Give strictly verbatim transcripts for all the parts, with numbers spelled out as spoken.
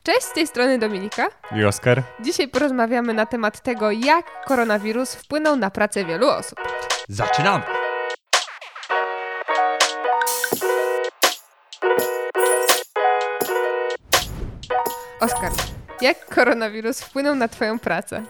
Cześć, z tej strony Dominika i Oskar. Dzisiaj porozmawiamy na temat tego, jak koronawirus wpłynął na pracę wielu osób. Zaczynamy! Oskar, jak koronawirus wpłynął na twoją pracę?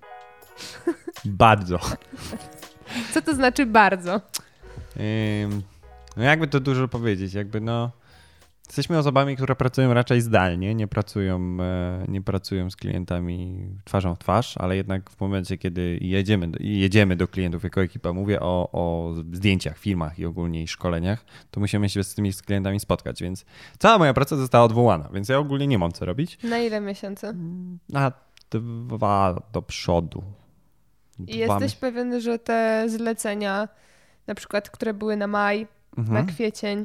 Bardzo. Co to znaczy bardzo? Ym, no jakby to dużo powiedzieć, jakby no... Jesteśmy osobami, które pracują raczej zdalnie, nie pracują, nie pracują z klientami twarzą w twarz, ale jednak w momencie, kiedy jedziemy, jedziemy do klientów jako ekipa, mówię o, o zdjęciach, filmach i ogólnie i szkoleniach, to musimy się z tymi klientami spotkać, więc cała moja praca została odwołana, więc ja ogólnie nie mam co robić. Na ile miesięcy? Na dwa do przodu. I jesteś my... pewien, że te zlecenia, na przykład, które były na maj, mhm. na kwiecień,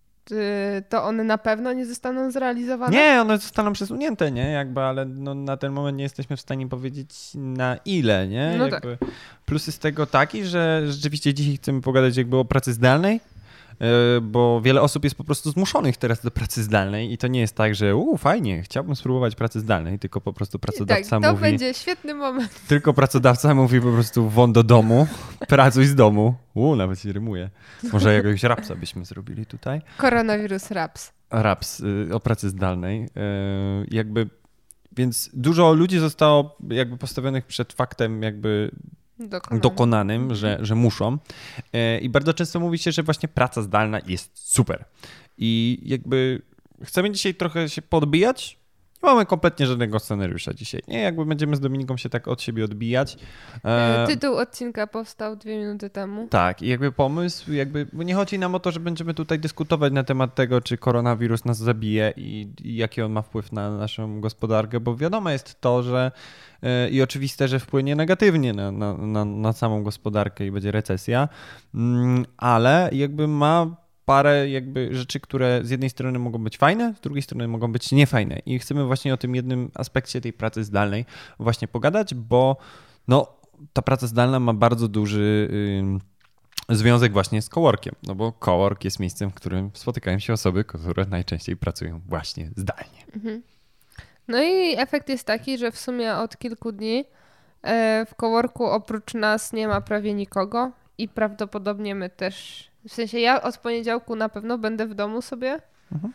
to one na pewno nie zostaną zrealizowane? Nie, one zostaną przesunięte, nie? Jakby, ale no, na ten moment nie jesteśmy w stanie powiedzieć na ile, nie? No jakby tak. Plus jest tego taki, że rzeczywiście dzisiaj chcemy pogadać jakby o pracy zdalnej, bo wiele osób jest po prostu zmuszonych teraz do pracy zdalnej i to nie jest tak, że u, fajnie, chciałbym spróbować pracy zdalnej, tylko po prostu pracodawca tak, to mówi... będzie świetny moment. Tylko pracodawca mówi po prostu won do domu, pracuj z domu. U, nawet się rymuje. Może jakiegoś rapsa byśmy zrobili tutaj. Koronawirus raps. Raps o pracy zdalnej. Jakby, więc dużo ludzi zostało jakby postawionych przed faktem jakby Dokonanym, dokonanym że, że muszą. I bardzo często mówi się, że właśnie praca zdalna jest super. I jakby chcemy dzisiaj trochę się podbijać. Nie mamy kompletnie żadnego scenariusza dzisiaj. Nie, jakby będziemy z Dominiką się tak od siebie odbijać. Tytuł odcinka powstał dwie minuty temu. Tak, i jakby pomysł, jakby bo nie chodzi nam o to, że będziemy tutaj dyskutować na temat tego, czy koronawirus nas zabije i, i jaki on ma wpływ na naszą gospodarkę, bo wiadomo jest to, że i oczywiste, że wpłynie negatywnie na, na, na, na samą gospodarkę i będzie recesja, ale jakby ma parę jakby rzeczy, które z jednej strony mogą być fajne, z drugiej strony mogą być niefajne i chcemy właśnie o tym jednym aspekcie tej pracy zdalnej właśnie pogadać, bo no, ta praca zdalna ma bardzo duży yy, związek właśnie z coworkiem, no bo cowork jest miejscem, w którym spotykają się osoby, które najczęściej pracują właśnie zdalnie. Mhm. No i efekt jest taki, że w sumie od kilku dni w coworku oprócz nas nie ma prawie nikogo i prawdopodobnie my też, w sensie ja od poniedziałku na pewno będę w domu sobie, mhm.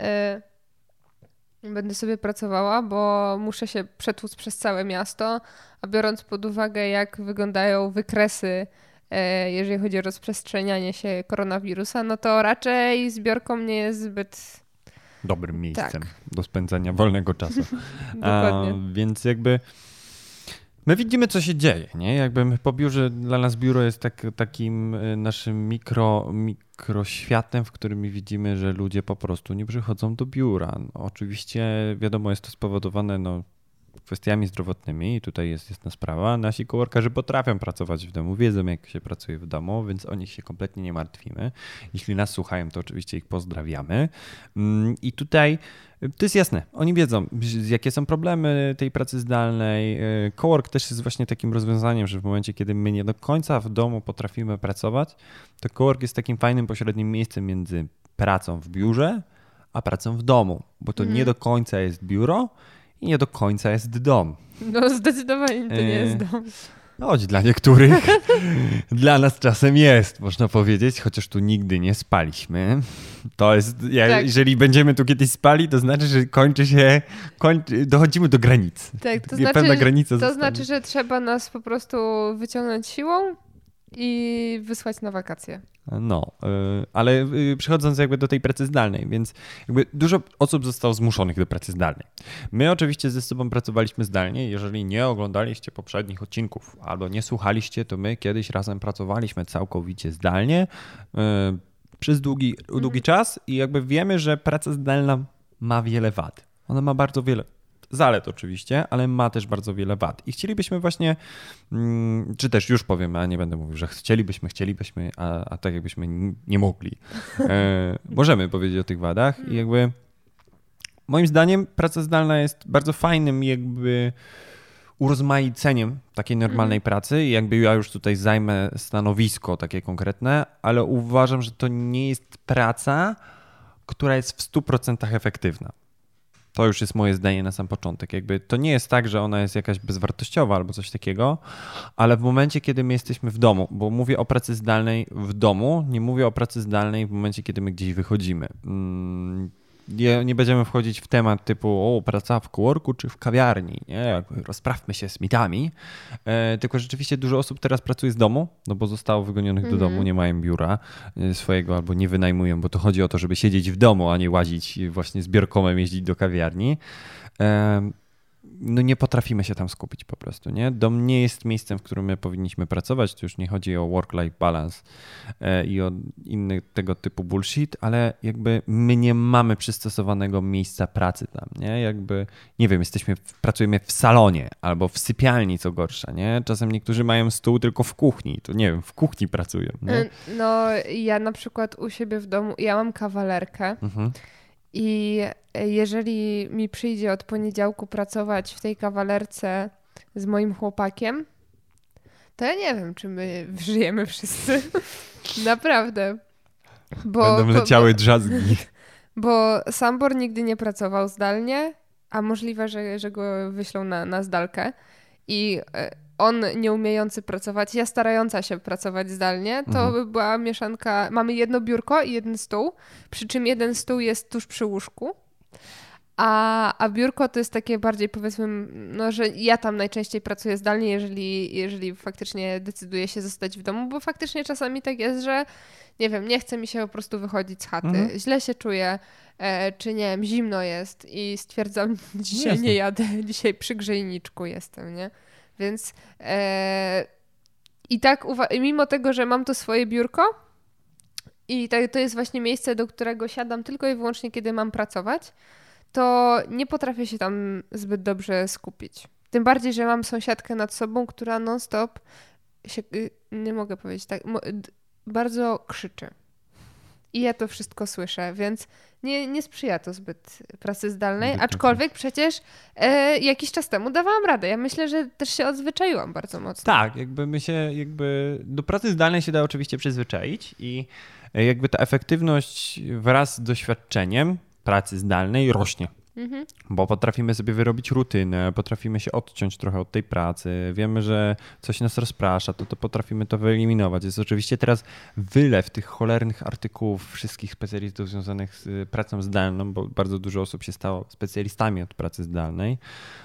będę sobie pracowała, bo muszę się przetłuc przez całe miasto, a biorąc pod uwagę jak wyglądają wykresy, jeżeli chodzi o rozprzestrzenianie się koronawirusa, no to raczej zbiorką nie jest zbyt... dobrym miejscem tak. do spędzania wolnego czasu. Dokładnie. A, więc jakby my widzimy, co się dzieje, nie? Jakby my po biurze, dla nas biuro jest tak, takim naszym mikro, mikroświatem, w którym widzimy, że ludzie po prostu nie przychodzą do biura. No, oczywiście wiadomo, jest to spowodowane no, kwestiami zdrowotnymi i tutaj jest jasna sprawa. Nasi coworkerzy potrafią pracować w domu, wiedzą jak się pracuje w domu, więc o nich się kompletnie nie martwimy. Jeśli nas słuchają, to oczywiście ich pozdrawiamy. I tutaj to jest jasne, oni wiedzą jakie są problemy tej pracy zdalnej. Cowork też jest właśnie takim rozwiązaniem, że w momencie kiedy my nie do końca w domu potrafimy pracować, to cowork jest takim fajnym pośrednim miejscem między pracą w biurze, a pracą w domu, bo to mhm. nie do końca jest biuro, i nie do końca jest dom. No zdecydowanie to nie jest dom. No choć dla niektórych, dla nas czasem jest, można powiedzieć, chociaż tu nigdy nie spaliśmy. To jest, ja, tak. Jeżeli będziemy tu kiedyś spali, to znaczy, że kończy się, kończy, dochodzimy do granicy. Tak, to, znaczy, pewna granica to znaczy, że trzeba nas po prostu wyciągnąć siłą i wysłać na wakacje. No, ale przechodząc jakby do tej pracy zdalnej, więc jakby dużo osób zostało zmuszonych do pracy zdalnej. My oczywiście ze sobą pracowaliśmy zdalnie. Jeżeli nie oglądaliście poprzednich odcinków albo nie słuchaliście, to my kiedyś razem pracowaliśmy całkowicie zdalnie przez długi, długi mhm. czas i jakby wiemy, że praca zdalna ma wiele wad. Ona ma bardzo wiele zalet oczywiście, ale ma też bardzo wiele wad. I chcielibyśmy właśnie, czy też już powiem, a nie będę mówił, że chcielibyśmy, chcielibyśmy, a, a tak jakbyśmy nie mogli. E, możemy powiedzieć o tych wadach i jakby moim zdaniem praca zdalna jest bardzo fajnym jakby urozmaiceniem takiej normalnej mm. pracy i jakby ja już tutaj zajmę stanowisko takie konkretne, ale uważam, że to nie jest praca, która jest w stu procentach efektywna. To już jest moje zdanie na sam początek. Jakby to nie jest tak, że ona jest jakaś bezwartościowa albo coś takiego, ale w momencie, kiedy my jesteśmy w domu, bo mówię o pracy zdalnej w domu, nie mówię o pracy zdalnej w momencie, kiedy my gdzieś wychodzimy. Nie, nie będziemy wchodzić w temat typu o, praca w coworku czy w kawiarni, nie? Jakby rozprawmy się z mitami, e, tylko rzeczywiście dużo osób teraz pracuje z domu, no bo zostało wygonionych mm-hmm. do domu, nie mają biura swojego albo nie wynajmują, bo to chodzi o to, żeby siedzieć w domu, a nie łazić właśnie z biurkomem, jeździć do kawiarni. E, no nie potrafimy się tam skupić po prostu, nie? Dom nie jest miejscem, w którym my powinniśmy pracować, tu już nie chodzi o work-life balance i o inny tego typu bullshit, ale jakby my nie mamy przystosowanego miejsca pracy tam, nie? Jakby, nie wiem, jesteśmy, pracujemy w salonie albo w sypialni, co gorsza, nie? Czasem niektórzy mają stół tylko w kuchni, to nie wiem, w kuchni pracują, nie? No ja na przykład u siebie w domu, ja mam kawalerkę, mhm. I jeżeli mi przyjdzie od poniedziałku pracować w tej kawalerce z moim chłopakiem, to ja nie wiem, czy my żyjemy wszyscy. Naprawdę. Bo, Będą leciały bo, drzazgi. Bo Sambor nigdy nie pracował zdalnie, a możliwe, że, że go wyślą na, na zdalkę. I on nie umiejący pracować, ja starająca się pracować zdalnie, to mhm. by była mieszanka. Mamy jedno biurko i jeden stół, przy czym jeden stół jest tuż przy łóżku, a, a biurko to jest takie bardziej, powiedzmy, no, że ja tam najczęściej pracuję zdalnie, jeżeli, jeżeli faktycznie decyduję się zostać w domu, bo faktycznie czasami tak jest, że nie wiem, nie chce mi się po prostu wychodzić z chaty, mhm. źle się czuję, e, czy nie wiem, zimno jest i stwierdzam, dzisiaj Jasne. nie jadę, dzisiaj przy grzejniczku jestem, nie? Więc e, i tak uwa- mimo tego, że mam to swoje biurko i to, to jest właśnie miejsce, do którego siadam tylko i wyłącznie, kiedy mam pracować, to nie potrafię się tam zbyt dobrze skupić. Tym bardziej, że mam sąsiadkę nad sobą, która non-stop się, nie mogę powiedzieć tak, bardzo krzyczy. I ja to wszystko słyszę, więc nie, nie sprzyja to zbyt pracy zdalnej, zbyt aczkolwiek tak. przecież e, jakiś czas temu dawałam radę. Ja myślę, że też się odzwyczaiłam bardzo mocno. Tak, jakby my się, jakby do pracy zdalnej się da oczywiście przyzwyczaić i jakby ta efektywność wraz z doświadczeniem pracy zdalnej rośnie. Mhm. Bo potrafimy sobie wyrobić rutynę, potrafimy się odciąć trochę od tej pracy, wiemy, że coś nas rozprasza, to, to potrafimy to wyeliminować. Jest oczywiście teraz wylew tych cholernych artykułów wszystkich specjalistów związanych z pracą zdalną, bo bardzo dużo osób się stało specjalistami od pracy zdalnej.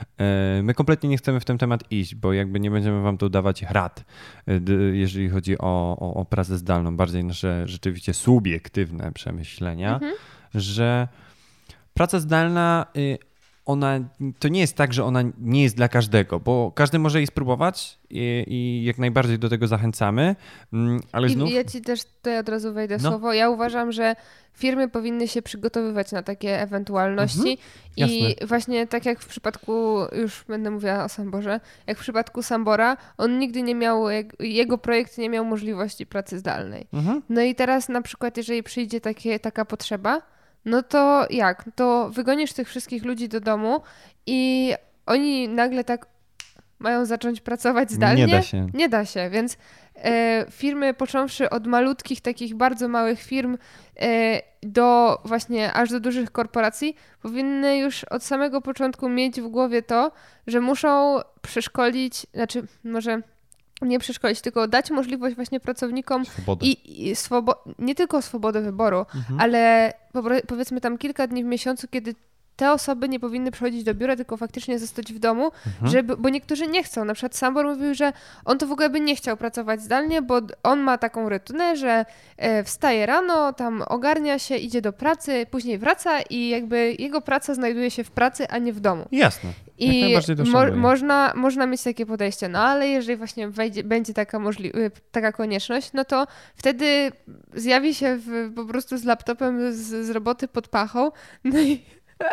My kompletnie nie chcemy w ten temat iść, bo jakby nie będziemy wam tu dawać rad, jeżeli chodzi o, o, o pracę zdalną, bardziej nasze rzeczywiście subiektywne przemyślenia, mhm. że praca zdalna, ona, to nie jest tak, że ona nie jest dla każdego, bo każdy może jej spróbować i, i jak najbardziej do tego zachęcamy, ale znów... I ja ci też tutaj od razu wejdę w no. słowo. Ja uważam, że firmy powinny się przygotowywać na takie ewentualności mhm. i właśnie tak jak w przypadku, już będę mówiła o Samborze, jak w przypadku Sambora, on nigdy nie miał, jego projekt nie miał możliwości pracy zdalnej. Mhm. No i teraz na przykład, jeżeli przyjdzie takie, taka potrzeba, no to jak? To wygonisz tych wszystkich ludzi do domu i oni nagle tak mają zacząć pracować zdalnie? Nie da się. Nie da się, więc e, firmy począwszy od malutkich, takich bardzo małych firm e, do właśnie aż do dużych korporacji powinny już od samego początku mieć w głowie to, że muszą przeszkolić, znaczy może... nie przeszkolić, tylko dać możliwość właśnie pracownikom swobodę. i, i swobo- nie tylko swobodę wyboru, mhm. ale powiedzmy tam kilka dni w miesiącu, kiedy te osoby nie powinny przychodzić do biura, tylko faktycznie zostać w domu, mhm. żeby, bo niektórzy nie chcą. Na przykład Sambor mówił, że on to w ogóle by nie chciał pracować zdalnie, bo on ma taką rutynę, że wstaje rano, tam ogarnia się, idzie do pracy, później wraca i jakby jego praca znajduje się w pracy, a nie w domu. Jasne. I mo- można, można mieć takie podejście, no ale jeżeli właśnie wejdzie, będzie taka, możli- taka konieczność, no to wtedy zjawi się w, po prostu z laptopem z, z roboty pod pachą, no i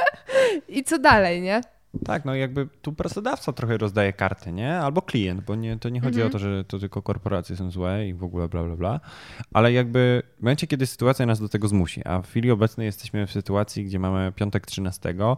i co dalej, nie? Tak, no jakby tu pracodawca trochę rozdaje karty, nie? Albo klient, bo nie, to nie chodzi mhm. o to, że to tylko korporacje są złe i w ogóle bla, bla, bla. Ale jakby w momencie, kiedy sytuacja nas do tego zmusi, a w chwili obecnej jesteśmy w sytuacji, gdzie mamy piątek trzynastego,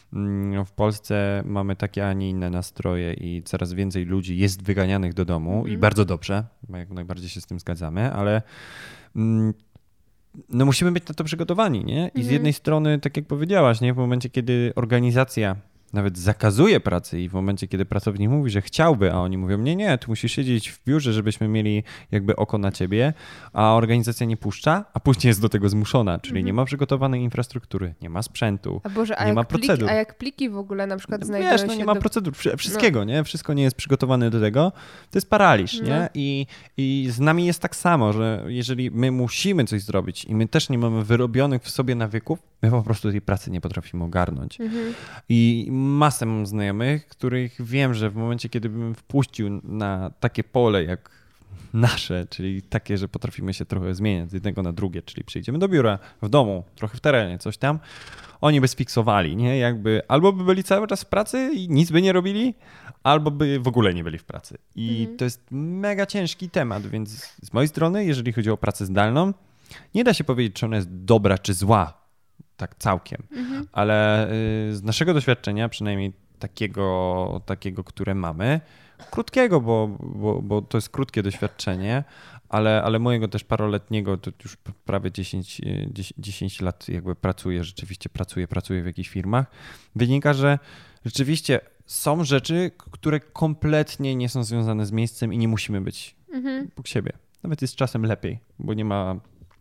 w Polsce mamy takie, a nie inne nastroje i coraz więcej ludzi jest wyganianych do domu mhm. i bardzo dobrze, jak najbardziej się z tym zgadzamy, ale no musimy być na to przygotowani, nie? I mhm. z jednej strony, tak jak powiedziałaś, nie? W momencie, kiedy organizacja nawet zakazuje pracy i w momencie, kiedy pracownik mówi, że chciałby, a oni mówią, nie, nie, tu musisz siedzieć w biurze, żebyśmy mieli jakby oko na ciebie, a organizacja nie puszcza, a później jest do tego zmuszona, czyli mhm. nie ma przygotowanej infrastruktury, nie ma sprzętu, a Boże, a nie ma pliki, procedur. A jak pliki w ogóle na przykład no, znajdują wiesz, się no nie ma do... procedur, wszystkiego, no. nie? Wszystko nie jest przygotowane do tego. To jest paraliż, no. nie? I, I z nami jest tak samo, że jeżeli my musimy coś zrobić i my też nie mamy wyrobionych w sobie nawyków, my po prostu tej pracy nie potrafimy ogarnąć. Mhm. I masę mam znajomych, których wiem, że w momencie, kiedy bym wpuścił na takie pole jak nasze, czyli takie, że potrafimy się trochę zmieniać z jednego na drugie, czyli przyjdziemy do biura, w domu, trochę w terenie, coś tam, oni by sfiksowali, nie? Jakby albo by byli cały czas w pracy i nic by nie robili, albo by w ogóle nie byli w pracy. I mhm. to jest mega ciężki temat, więc z mojej strony, jeżeli chodzi o pracę zdalną, nie da się powiedzieć, czy ona jest dobra, czy zła, tak całkiem, mhm. ale z naszego doświadczenia, przynajmniej takiego, takiego które mamy, krótkiego, bo, bo, bo to jest krótkie doświadczenie, ale, ale mojego też paroletniego, to już prawie dziesięć, dziesięć lat jakby pracuję, rzeczywiście pracuję, pracuję w jakichś firmach, wynika, że rzeczywiście są rzeczy, które kompletnie nie są związane z miejscem i nie musimy być mhm. obok siebie. Nawet jest czasem lepiej, bo nie ma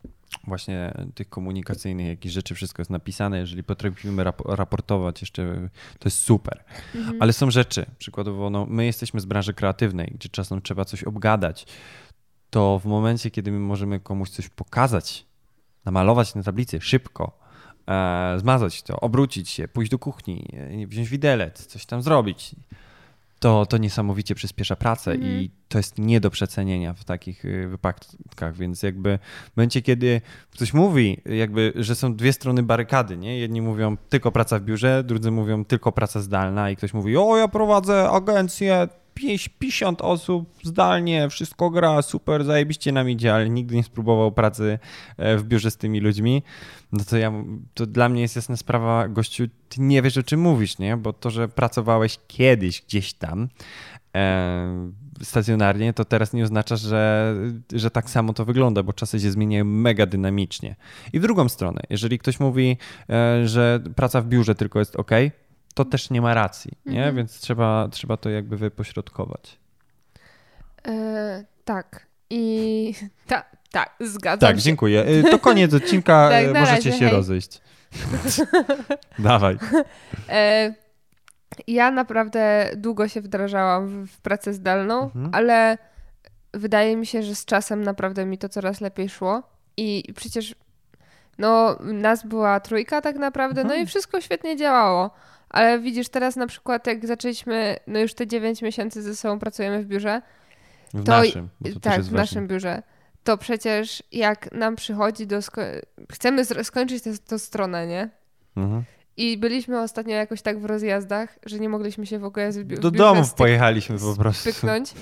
właśnie tych komunikacyjnych jakichś rzeczy, wszystko jest napisane, jeżeli potrafimy rap- raportować jeszcze, to jest super. Mhm. Ale są rzeczy, przykładowo no, my jesteśmy z branży kreatywnej, gdzie czasem trzeba coś obgadać, to w momencie, kiedy my możemy komuś coś pokazać, namalować na tablicy szybko, e, zmazać to, obrócić się, pójść do kuchni, wziąć widelec, coś tam zrobić, to, to niesamowicie przyspiesza pracę mhm. i to jest nie do przecenienia w takich wypadkach, więc jakby w momencie, kiedy ktoś mówi, jakby, że są dwie strony barykady, nie? Jedni mówią tylko praca w biurze, drudzy mówią tylko praca zdalna i ktoś mówi, o ja prowadzę agencję, pięćdziesiąt osób zdalnie, wszystko gra, super, zajebiście nam idzie, ale nigdy nie spróbował pracy w biurze z tymi ludźmi, no to ja, to dla mnie jest jasna sprawa, gościu, ty nie wiesz, o czym mówisz, nie? Bo to, że pracowałeś kiedyś gdzieś tam e, stacjonarnie, to teraz nie oznacza, że, że tak samo to wygląda, bo czasy się zmieniają mega dynamicznie. I w drugą stronę, jeżeli ktoś mówi, e, że praca w biurze tylko jest ok, to też nie ma racji, nie? Mhm. Więc trzeba, trzeba to jakby wypośrodkować. E, tak. I ta, tak, zgadzam tak, się. Tak, dziękuję. To koniec odcinka, tak, możecie razie, się hej. rozejść. Dawaj. E, ja naprawdę długo się wdrażałam w, w pracę zdalną, mhm. ale wydaje mi się, że z czasem naprawdę mi to coraz lepiej szło. I przecież no, nas była trójka tak naprawdę, mhm. no i wszystko świetnie działało. Ale widzisz, teraz na przykład jak zaczęliśmy, no już te dziewięć miesięcy ze sobą pracujemy w biurze. W to, naszym. Bo to tak, też jest w naszym biurze. To przecież jak nam przychodzi do... Sko- chcemy z- skończyć tę stronę, nie? Mhm. I byliśmy ostatnio jakoś tak w rozjazdach, że nie mogliśmy się w ogóle z bi- Do domów styk- pojechaliśmy po prostu. Spyknąć.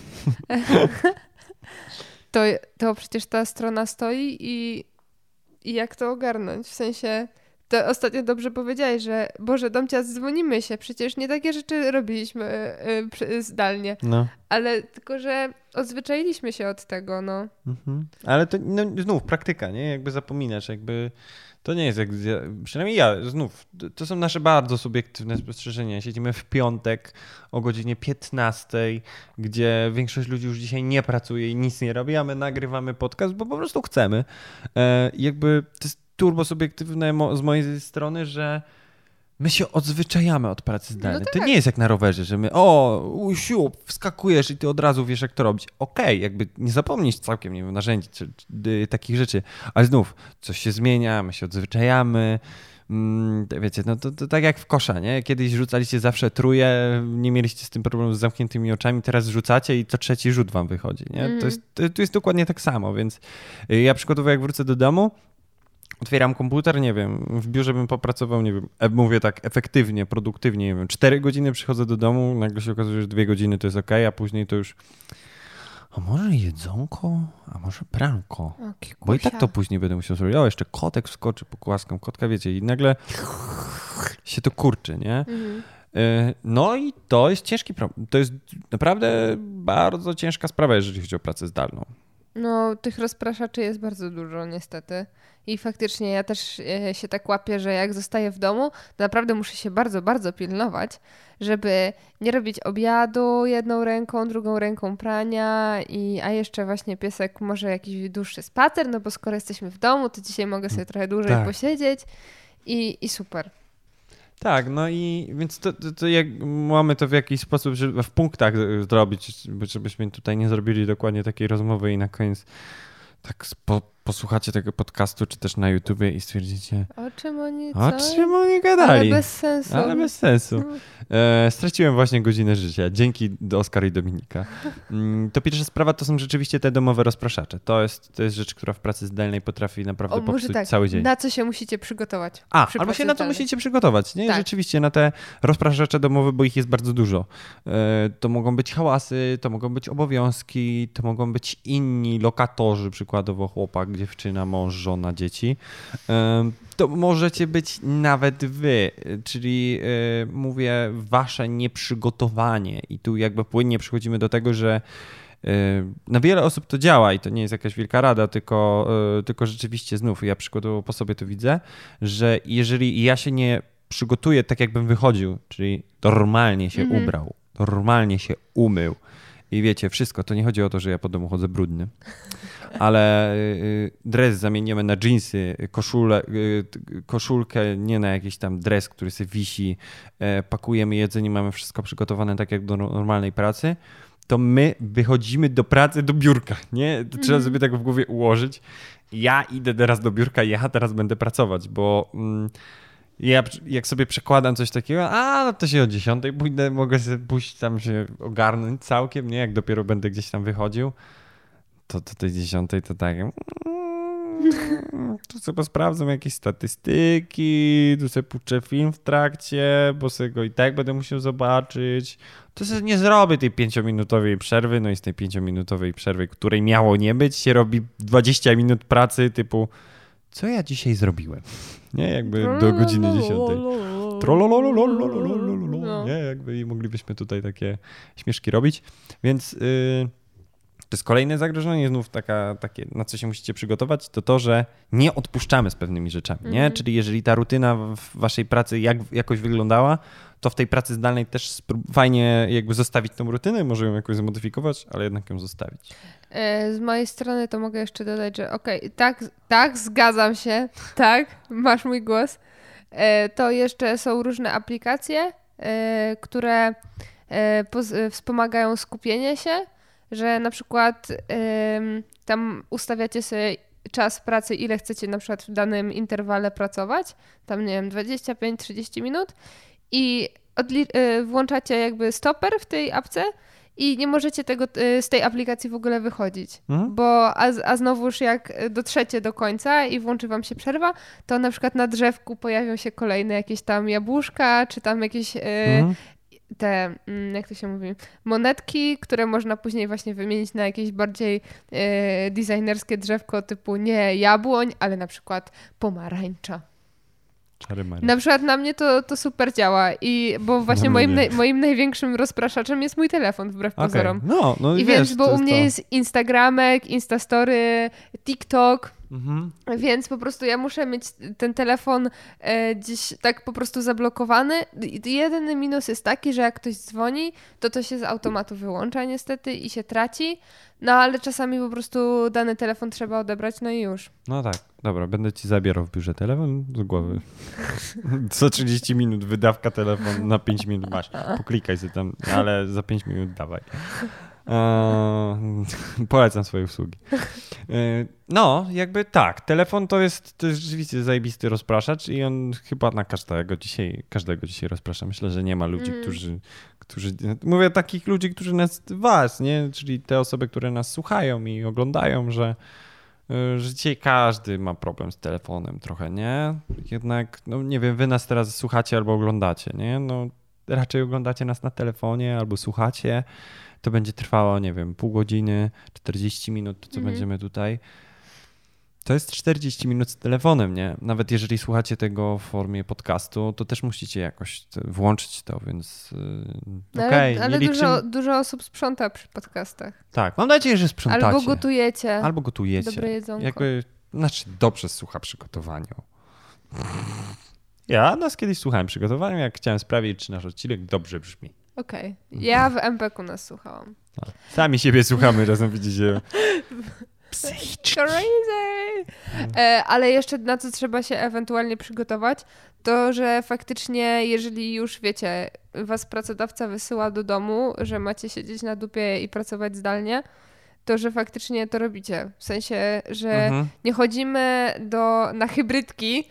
to, to przecież ta strona stoi i, i jak to ogarnąć? W sensie... To ostatnio dobrze powiedziałeś, że Boże, Domcia, dzwonimy się, przecież nie takie rzeczy robiliśmy yy, zdalnie, no. Ale tylko, że odzwyczailiśmy się od tego, no. Mhm. Ale to no, znów praktyka, nie? Jakby zapominasz, jakby to nie jest jak, przynajmniej ja, znów, to są nasze bardzo subiektywne spostrzeżenia. Siedzimy w piątek o godzinie piętnastej, gdzie większość ludzi już dzisiaj nie pracuje i nic nie robi, a my nagrywamy podcast, bo po prostu chcemy. E, jakby to jest turbo subiektywne z mojej strony, że my się odzwyczajamy od pracy zdalnej. No tak. To nie jest jak na rowerze, że my o, siup, wskakujesz i ty od razu wiesz, jak to robić. Okej, okay, jakby nie zapomnieć całkiem, nie wiem, narzędzi czy, czy takich rzeczy, ale znów coś się zmienia, my się odzwyczajamy. Mm, wiecie, no to, to tak jak w kosza, nie? Kiedyś rzucaliście zawsze truje, nie mieliście z tym problemu z zamkniętymi oczami, teraz rzucacie i co trzeci rzut wam wychodzi, nie? Mm. To jest, to, to jest dokładnie tak samo, więc ja przykładowo jak wrócę do domu, otwieram komputer, nie wiem, w biurze bym popracował, nie wiem, mówię tak efektywnie, produktywnie, nie wiem, cztery godziny przychodzę do domu, nagle się okazuje, że dwie godziny to jest okej, a później to już a może jedzonko, a może pranko, o, bo i tak to później będę musiał zrobić, o jeszcze kotek wskoczy, pogłaskam kotka, wiecie, i nagle się to kurczy, nie? Mhm. No i to jest ciężki problem, to jest naprawdę bardzo ciężka sprawa, jeżeli chodzi o pracę zdalną. No, tych rozpraszaczy jest bardzo dużo niestety. I faktycznie ja też e, się tak łapię, że jak zostaję w domu, to naprawdę muszę się bardzo, bardzo pilnować, żeby nie robić obiadu jedną ręką, drugą ręką prania, i, a jeszcze właśnie piesek może jakiś dłuższy spacer, no bo skoro jesteśmy w domu, to dzisiaj mogę sobie trochę dłużej Tak. posiedzieć i, i super. Tak, no i więc to, to, to jak mamy to w jakiś sposób, żeby w punktach zrobić, żebyśmy tutaj nie zrobili dokładnie takiej rozmowy i na koniec tak po, posłuchacie tego podcastu, czy też na YouTubie i stwierdzicie, O czym oni co? o czym oni gadali? Ale bez sensu. Ale bez sensu. E, straciłem właśnie godzinę życia. Dzięki do Oskar i Dominika. Mm, to pierwsza sprawa to są rzeczywiście te domowe rozpraszacze. To jest, to jest rzecz, która w pracy zdalnej potrafi naprawdę O, może popsuć tak, cały dzień. na co się musicie przygotować? A, przy albo pracy się na to zdalnej? musicie przygotować, nie? Tak. Rzeczywiście na te rozpraszacze domowe, bo ich jest bardzo dużo. E, to mogą być hałasy, to mogą być obowiązki, to mogą być inni lokatorzy, przykładowo chłopak, dziewczyna, mąż, żona, dzieci. E, to możecie być nawet wy, czyli e, mówię wasze nieprzygotowanie i tu jakby płynnie przechodzimy do tego, że na wiele osób to działa i to nie jest jakaś wielka rada, tylko, tylko rzeczywiście znów ja przykładowo po sobie to widzę, że jeżeli ja się nie przygotuję tak, jakbym wychodził, czyli normalnie się mhm. ubrał, normalnie się umył i wiecie, wszystko, to nie chodzi o to, że ja po domu chodzę brudny, ale dres zamienimy na dżinsy, koszulę, koszulkę, nie na jakiś tam dres, który sobie wisi, pakujemy jedzenie, mamy wszystko przygotowane tak jak do normalnej pracy, to my wychodzimy do pracy, do biurka, nie? To trzeba sobie tak w głowie ułożyć. Ja idę teraz do biurka, ja teraz będę pracować, bo mm, ja jak sobie przekładam coś takiego, a no to się o dziesiątej pójdę, mogę sobie pójść tam się ogarnąć całkiem, nie? Jak dopiero będę gdzieś tam wychodził, to do tej dziesiątej to tak... Tu sobie sprawdzam jakieś statystyki, tu sobie puszczę film w trakcie, bo sobie go i tak będę musiał zobaczyć. To sobie nie zrobię tej pięciominutowej przerwy, no i z tej pięciominutowej przerwy, której miało nie być, się robi dwadzieścia minut pracy typu co ja dzisiaj zrobiłem? Nie, jakby do godziny dziesiątej. Nie, jakby i moglibyśmy tutaj takie śmieszki robić, więc... Yy... To jest kolejne zagrożenie, znów taka, takie, na co się musicie przygotować, to to, że nie odpuszczamy z pewnymi rzeczami, nie? Mm. Czyli jeżeli ta rutyna w waszej pracy jak, jakoś wyglądała, to w tej pracy zdalnej też fajnie jakby zostawić tą rutynę, może ją jakoś zmodyfikować, ale jednak ją zostawić. Z mojej strony to mogę jeszcze dodać, że okej, okay, tak, tak, zgadzam się, tak, masz mój głos. To jeszcze są różne aplikacje, które wspomagają skupienie się, że na przykład ym, tam ustawiacie sobie czas pracy, ile chcecie na przykład w danym interwale pracować, tam nie wiem, dwadzieścia pięć trzydzieści minut i odli- y, włączacie jakby stoper w tej apce i nie możecie tego y, z tej aplikacji w ogóle wychodzić, mhm. bo a, a znowuż jak dotrzecie do końca i włączy wam się przerwa, to na przykład na drzewku pojawią się kolejne jakieś tam jabłuszka, czy tam jakieś... Y, mhm. te, jak to się mówi, monetki, które można później właśnie wymienić na jakieś bardziej e, designerskie drzewko typu nie jabłoń, ale na przykład pomarańcza. Na przykład na mnie to, to super działa, i bo właśnie moim, naj, moim największym rozpraszaczem jest mój telefon, wbrew okay. pozorom. No, no I wiesz, więc, bo u mnie to... jest Instagramek, Instastory, TikTok, mhm. więc po prostu ja muszę mieć ten telefon e, gdzieś tak po prostu zablokowany. Jedyny minus jest taki, że jak ktoś dzwoni, to to się z automatu wyłącza niestety i się traci, no ale czasami po prostu dany telefon trzeba odebrać, no i już. No tak, dobra, będę ci zabierał w biurze telefon z głowy. Co trzydzieści minut wydawka telefon, na pięć minut masz. Poklikaj sobie tam, ale za pięć minut dawaj. Eee, polecam swoje usługi. Eee, no, jakby tak, telefon to jest, to jest rzeczywiście zajebisty rozpraszacz i on chyba na każdego dzisiaj, każdego dzisiaj rozprasza. Myślę, że nie ma ludzi, mm. którzy, którzy, mówię takich ludzi, którzy nas, was, nie, czyli te osoby, które nas słuchają i oglądają, że, że dzisiaj każdy ma problem z telefonem trochę, nie? Jednak, no nie wiem, wy nas teraz słuchacie albo oglądacie, nie? No raczej oglądacie nas na telefonie albo słuchacie. To będzie trwało, nie wiem, pół godziny, czterdzieści minut, to co mm-hmm. będziemy tutaj. To jest czterdzieści minut z telefonem, nie? Nawet jeżeli słuchacie tego w formie podcastu, to też musicie jakoś włączyć to, więc yy, okej. Okay, ale ale dużo, dużo osób sprząta przy podcastach. Tak, mam nadzieję, że sprzątacie. Albo gotujecie. Albo gotujecie. Dobre jedzonko. Jakby, znaczy dobrze słucha przy gotowaniu. Ja nas kiedyś słuchałem przy gotowaniu, jak chciałem sprawdzić, czy nasz odcinek dobrze brzmi. Okej. Okay. Ja w M P ku nas słuchałam. No. Sami siebie słuchamy, razem widzicie. Psychicznie. Crazy! E, ale jeszcze na co trzeba się ewentualnie przygotować, to że faktycznie, jeżeli już wiecie, was pracodawca wysyła do domu, że macie siedzieć na dupie i pracować zdalnie, to że faktycznie to robicie. W sensie, że mhm. nie chodzimy do, na hybrydki,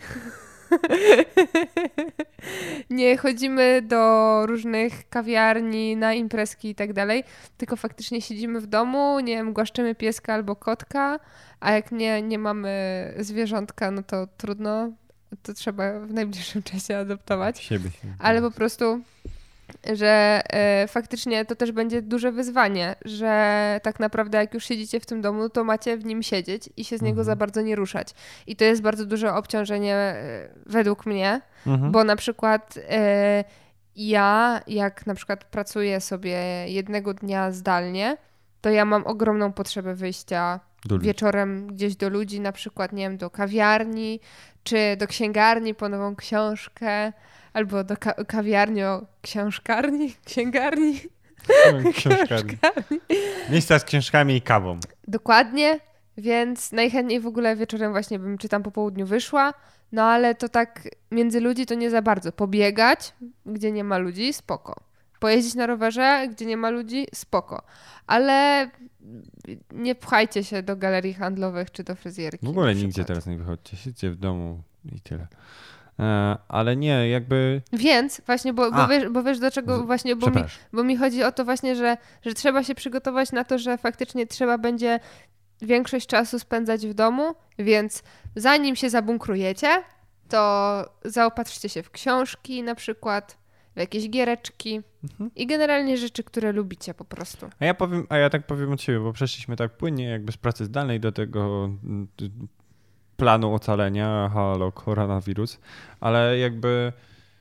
nie chodzimy do różnych kawiarni, na imprezki i tak dalej, tylko faktycznie siedzimy w domu, nie wiem, głaszczymy pieska albo kotka, a jak nie, nie mamy zwierzątka, no to trudno, to trzeba w najbliższym czasie adoptować. Siebie. Ale po prostu, że e, faktycznie to też będzie duże wyzwanie, że tak naprawdę jak już siedzicie w tym domu, to macie w nim siedzieć i się z niego mhm. za bardzo nie ruszać. I to jest bardzo duże obciążenie e, według mnie, mhm. bo na przykład e, ja, jak na przykład pracuję sobie jednego dnia zdalnie, to ja mam ogromną potrzebę wyjścia wieczorem gdzieś do ludzi, na przykład, nie wiem, do kawiarni, czy do księgarni po nową książkę, albo do ka- kawiarni o książkarni, księgarni. Książkarni. Miejsca z książkami i kawą. Dokładnie, więc najchętniej w ogóle wieczorem właśnie bym czy tam po południu wyszła, no ale to tak między ludzi to nie za bardzo. Pobiegać, gdzie nie ma ludzi, spoko. Pojeździć na rowerze, gdzie nie ma ludzi, spoko. Ale nie pchajcie się do galerii handlowych czy do fryzjerki. W ogóle nigdzie teraz nie wychodźcie, siedźcie w domu i tyle. Ale nie, jakby... Więc właśnie, bo, bo, wiesz, bo wiesz do czego właśnie, bo mi, bo mi chodzi o to właśnie, że, że trzeba się przygotować na to, że faktycznie trzeba będzie większość czasu spędzać w domu, więc zanim się zabunkrujecie, to zaopatrzcie się w książki na przykład, w jakieś giereczki mhm. i generalnie rzeczy, które lubicie po prostu. A ja powiem, a ja tak powiem od siebie, bo przeszliśmy tak płynnie jakby z pracy zdalnej do tego planu ocalenia, halo, koronawirus, ale jakby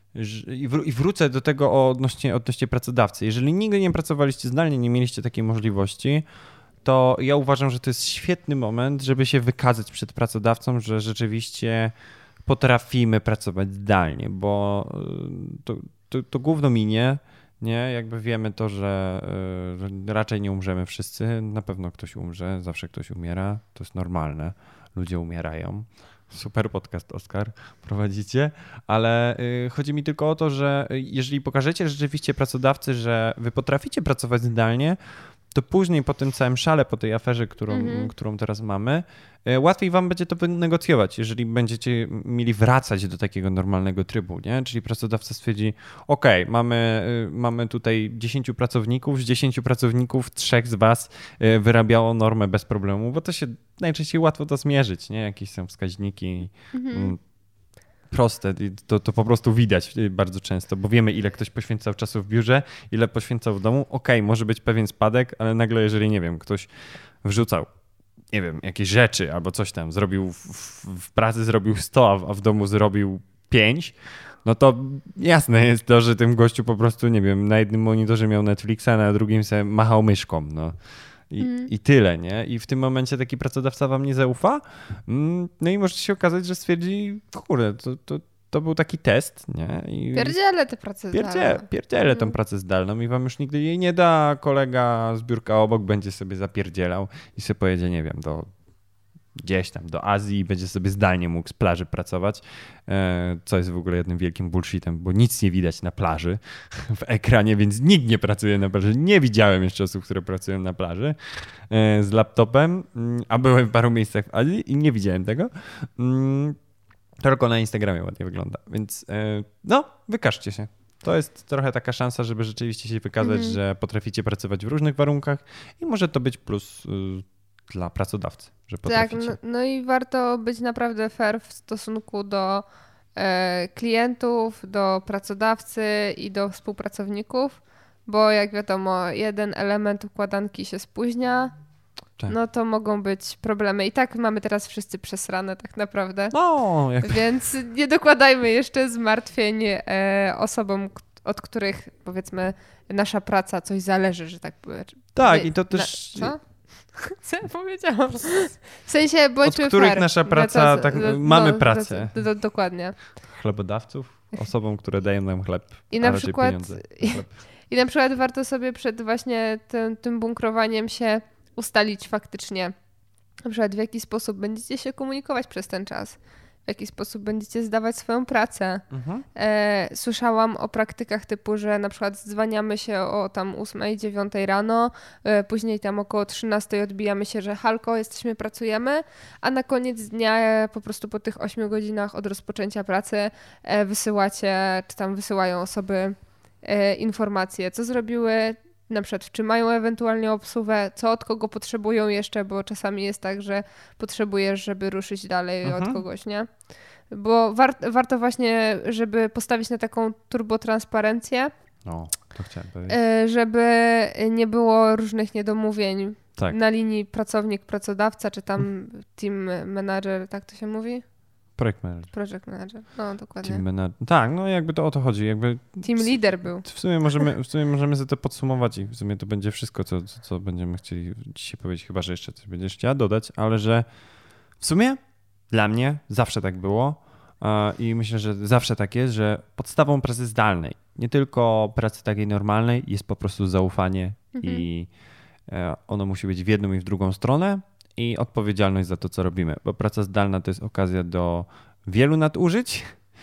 i, wró- i wrócę do tego odnośnie, odnośnie pracodawcy. Jeżeli nigdy nie pracowaliście zdalnie, nie mieliście takiej możliwości, to ja uważam, że to jest świetny moment, żeby się wykazać przed pracodawcą, że rzeczywiście potrafimy pracować zdalnie, bo to, to, to gówno minie, nie? Jakby wiemy to, że, że raczej nie umrzemy wszyscy, na pewno ktoś umrze, zawsze ktoś umiera, to jest normalne. Ludzie umierają. Super podcast, Oskar, prowadzicie, ale y, chodzi mi tylko o to, że jeżeli pokażecie rzeczywiście pracodawcy, że wy potraficie pracować zdalnie, to później po tym całym szale, po tej aferze, którą, mm-hmm. którą teraz mamy, y, łatwiej wam będzie to wynegocjować, jeżeli będziecie mieli wracać do takiego normalnego trybu, nie? Czyli pracodawca stwierdzi, ok, mamy, y, mamy tutaj dziesięciu pracowników, z dziesięciu pracowników trzech z was y, wyrabiało normę bez problemu, bo to się najczęściej łatwo to zmierzyć, nie? Jakieś są wskaźniki mm-hmm. proste, to, to po prostu widać bardzo często, bo wiemy, ile ktoś poświęcał czasu w biurze, ile poświęcał w domu. Okej, okay, może być pewien spadek, ale nagle, jeżeli, nie wiem, ktoś wrzucał, nie wiem, jakieś rzeczy albo coś tam, zrobił w, w pracy zrobił sto, a w domu zrobił pięć, no to jasne jest to, że tym gościu po prostu, nie wiem, na jednym monitorze miał Netflixa, a na drugim sobie machał myszką, no. I, mm. I tyle, nie? I w tym momencie taki pracodawca wam nie zaufa. No i może się okazać, że stwierdzi, kurde, to, to, to był taki test, nie? I pierdzielę tę pracę pierdzie, zdalną. Pierdzielę mm. tę pracę zdalną i wam już nigdy jej nie da. Kolega z biurka obok będzie sobie zapierdzielał i sobie pojedzie, nie wiem, do gdzieś tam do Azji i będzie sobie zdalnie mógł z plaży pracować, co jest w ogóle jednym wielkim bullshitem, bo nic nie widać na plaży w ekranie, więc nikt nie pracuje na plaży. Nie widziałem jeszcze osób, które pracują na plaży z laptopem, a byłem w paru miejscach w Azji i nie widziałem tego. To tylko na Instagramie ładnie wygląda, więc no, wykażcie się. To jest trochę taka szansa, żeby rzeczywiście się wykazać, mm. że potraficie pracować w różnych warunkach i może to być plus dla pracodawcy, że potraficie. Tak, no, no i warto być naprawdę fair w stosunku do e, klientów, do pracodawcy i do współpracowników, bo jak wiadomo, jeden element układanki się spóźnia, tak. no to mogą być problemy. I tak mamy teraz wszyscy przesrane tak naprawdę. No, jak... Więc nie dokładajmy jeszcze zmartwień e, osobom, od których powiedzmy nasza praca coś zależy, że tak powiem. Tak, nie, i to też... Na, co? Co ja powiedziałam? W sensie bądźmy od których fair. nasza praca, no, tak, no, mamy pracę. Do, do, dokładnie. Chlebodawców, osobom, które dają nam chleb, I na przykład i, i na przykład warto sobie przed właśnie tym, tym bunkrowaniem się ustalić faktycznie, na przykład w jaki sposób będziecie się komunikować przez ten czas. W jaki sposób będziecie zdawać swoją pracę. Mhm. E, słyszałam o praktykach typu, że na przykład dzwaniamy się o tam ósmej, dziewiątej rano, e, później tam około trzynastej odbijamy się, że halko, jesteśmy, pracujemy, a na koniec dnia e, po prostu po tych ośmiu godzinach od rozpoczęcia pracy e, wysyłacie, czy tam wysyłają osoby e, informacje, co zrobiły, na przykład czy mają ewentualnie obsługę, co od kogo potrzebują jeszcze, bo czasami jest tak, że potrzebujesz, żeby ruszyć dalej mhm. od kogoś, nie? Bo war, warto właśnie, żeby postawić na taką turbotransparencję, no, to chciałem powiedzieć. Żeby nie było różnych niedomówień tak. na linii pracownik-pracodawca, czy tam team manager, tak to się mówi? Project manager. Project manager, no dokładnie. Team manager. Tak, no jakby to o to chodzi. Jakby team leader był. W sumie możemy, w sumie możemy sobie to podsumować i w sumie to będzie wszystko, co, co, co będziemy chcieli dzisiaj powiedzieć, chyba że jeszcze coś będziesz chciała dodać, ale że w sumie dla mnie zawsze tak było i myślę, że zawsze tak jest, że podstawą pracy zdalnej, nie tylko pracy takiej normalnej, jest po prostu zaufanie mhm. i ono musi być w jedną i w drugą stronę. I odpowiedzialność za to, co robimy, bo praca zdalna to jest okazja do wielu nadużyć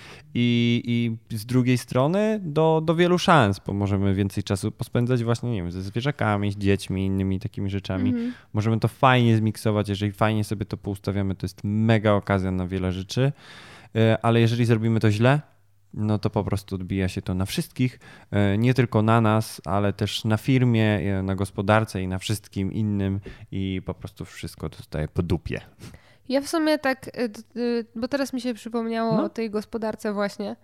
i, i z drugiej strony do, do wielu szans, bo możemy więcej czasu pospędzać właśnie, nie wiem, ze zwierzakami, z dziećmi, innymi takimi rzeczami. Mm-hmm. Możemy to fajnie zmiksować, jeżeli fajnie sobie to poustawiamy, to jest mega okazja na wiele rzeczy, ale jeżeli zrobimy to źle, no to po prostu odbija się to na wszystkich, nie tylko na nas, ale też na firmie, na gospodarce i na wszystkim innym i po prostu wszystko dostaje po dupie. Ja w sumie tak, bo teraz mi się przypomniało no. o tej gospodarce właśnie.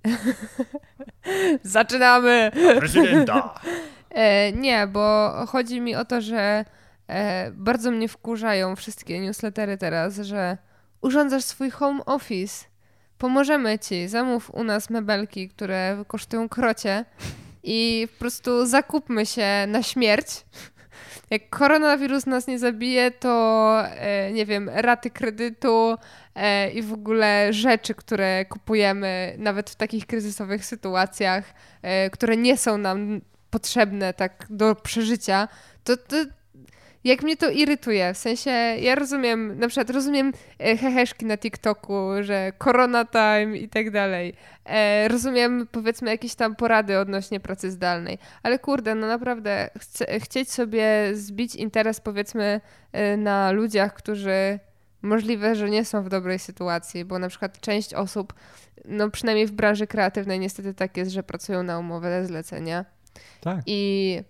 Zaczynamy! Prezydenta! Nie, bo chodzi mi o to, że bardzo mnie wkurzają wszystkie newslettery teraz, że urządzasz swój home office. Pomożemy ci, zamów u nas mebelki, które kosztują krocie i po prostu zakupmy się na śmierć. Jak koronawirus nas nie zabije, to e, nie wiem, raty kredytu e, i w ogóle rzeczy, które kupujemy nawet w takich kryzysowych sytuacjach, e, które nie są nam potrzebne tak do przeżycia, to, to jak mnie to irytuje, w sensie ja rozumiem, na przykład rozumiem heheszki na TikToku, że corona time i tak dalej. E, rozumiem powiedzmy jakieś tam porady odnośnie pracy zdalnej, ale kurde, no naprawdę chce, chcieć sobie zbić interes powiedzmy na ludziach, którzy możliwe, że nie są w dobrej sytuacji, bo na przykład część osób, no przynajmniej w branży kreatywnej niestety tak jest, że pracują na umowę zlecenia. Tak. I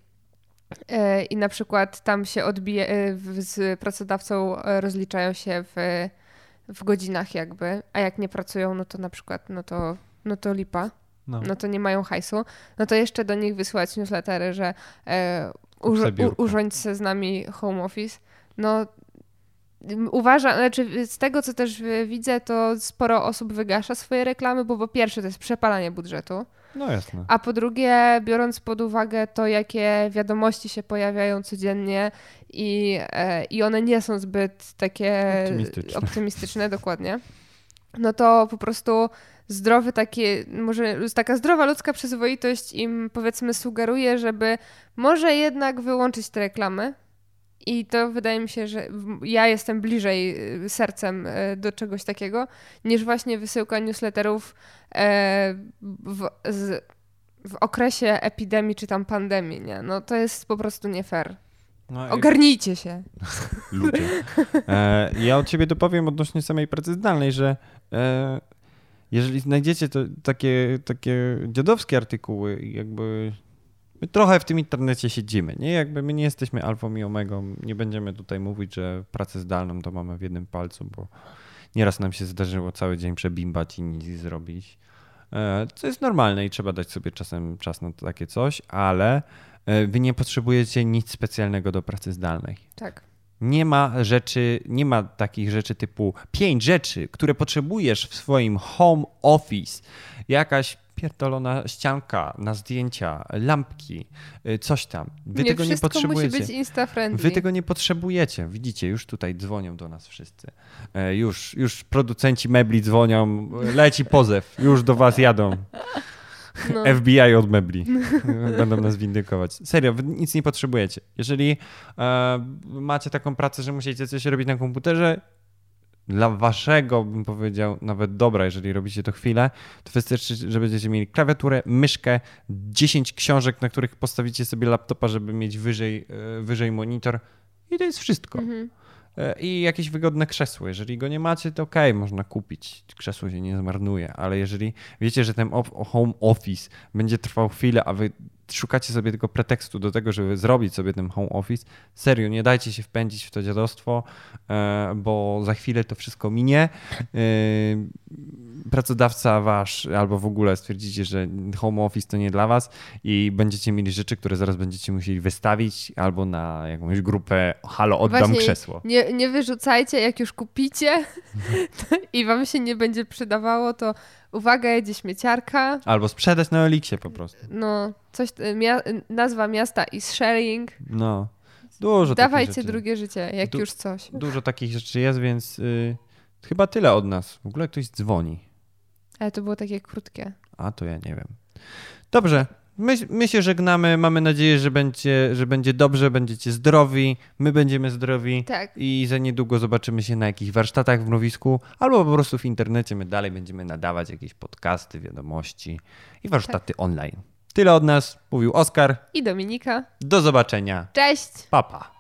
I na przykład tam się odbije, z pracodawcą rozliczają się w, w godzinach jakby, a jak nie pracują, no to na przykład, no to, no to lipa, no. no to nie mają hajsu, no to jeszcze do nich wysłać newslettery, że e, uż- u, urządź se z nami home office. No uważam, znaczy z tego co też widzę, to sporo osób wygasza swoje reklamy, bo po pierwsze to jest przepalanie budżetu. No jasne. A po drugie, biorąc pod uwagę to, jakie wiadomości się pojawiają codziennie i, e, i one nie są zbyt takie optymistyczne. optymistyczne, dokładnie, no to po prostu zdrowy taki, może taka zdrowa ludzka przyzwoitość im powiedzmy sugeruje, żeby może jednak wyłączyć te reklamy. I to wydaje mi się, że ja jestem bliżej sercem do czegoś takiego, niż właśnie wysyłka newsletterów w, z, w okresie epidemii czy tam pandemii, nie? No to jest po prostu nie fair. No Ogarnijcie się. Ludzie. E, ja od ciebie dopowiem odnośnie samej pracy zdalnej, że e, jeżeli znajdziecie to, takie, takie dziadowskie artykuły, jakby my trochę w tym internecie siedzimy, nie? Jakby my nie jesteśmy alfą i omegą, nie będziemy tutaj mówić, że pracę zdalną to mamy w jednym palcu, bo nieraz nam się zdarzyło cały dzień przebimbać i nic zrobić. Co jest normalne i trzeba dać sobie czasem czas na takie coś, ale wy nie potrzebujecie nic specjalnego do pracy zdalnej. Tak. Nie ma rzeczy, nie ma takich rzeczy typu pięć rzeczy, które potrzebujesz w swoim home office. Jakaś pierdolona ścianka na zdjęcia, lampki, coś tam. Wy nie tego nie potrzebujecie. Musi być insta-friendly. Wy tego nie potrzebujecie. Widzicie, już tutaj dzwonią do nas wszyscy. Już, już producenci mebli dzwonią, leci pozew, już do was jadą. No. F B I od mebli. Będą nas windykować. Serio, wy nic nie potrzebujecie. Jeżeli e, macie taką pracę, że musicie coś robić na komputerze, dla waszego, bym powiedział, nawet dobra, jeżeli robicie to chwilę, to wystarczy, że będziecie mieli klawiaturę, myszkę, dziesięć książek, na których postawicie sobie laptopa, żeby mieć wyżej, wyżej monitor i to jest wszystko. Mhm. I jakieś wygodne krzesło. Jeżeli go nie macie, to okej, okay, można kupić. Krzesło się nie zmarnuje, ale jeżeli wiecie, że ten home office będzie trwał chwilę, a wy szukacie sobie tylko pretekstu do tego, żeby zrobić sobie ten home office, serio, nie dajcie się wpędzić w to dziadostwo, bo za chwilę to wszystko minie. Pracodawca wasz albo w ogóle stwierdzicie, że home office to nie dla was i będziecie mieli rzeczy, które zaraz będziecie musieli wystawić albo na jakąś grupę halo, oddam Właśnie krzesło. Nie, nie wyrzucajcie, jak już kupicie i wam się nie będzie przydawało, to uwaga, jedzie śmieciarka. Albo sprzedać na Elixie po prostu. No, coś, mia- nazwa miasta is sharing. No, dużo Dawajcie takich rzeczy. drugie życie, jak du- już coś. Dużo takich rzeczy jest, więc y, chyba tyle od nas. W ogóle ktoś dzwoni. Ale to było takie krótkie. A to ja nie wiem. Dobrze, my, my się żegnamy. Mamy nadzieję, że będzie, że będzie dobrze, będziecie zdrowi, my będziemy zdrowi tak. I za niedługo zobaczymy się na jakichś warsztatach w Mrowisku albo po prostu w internecie. My dalej będziemy nadawać jakieś podcasty, wiadomości i warsztaty tak. online. Tyle od nas, mówił Oskar i Dominika. Do zobaczenia. Cześć. Pa, pa.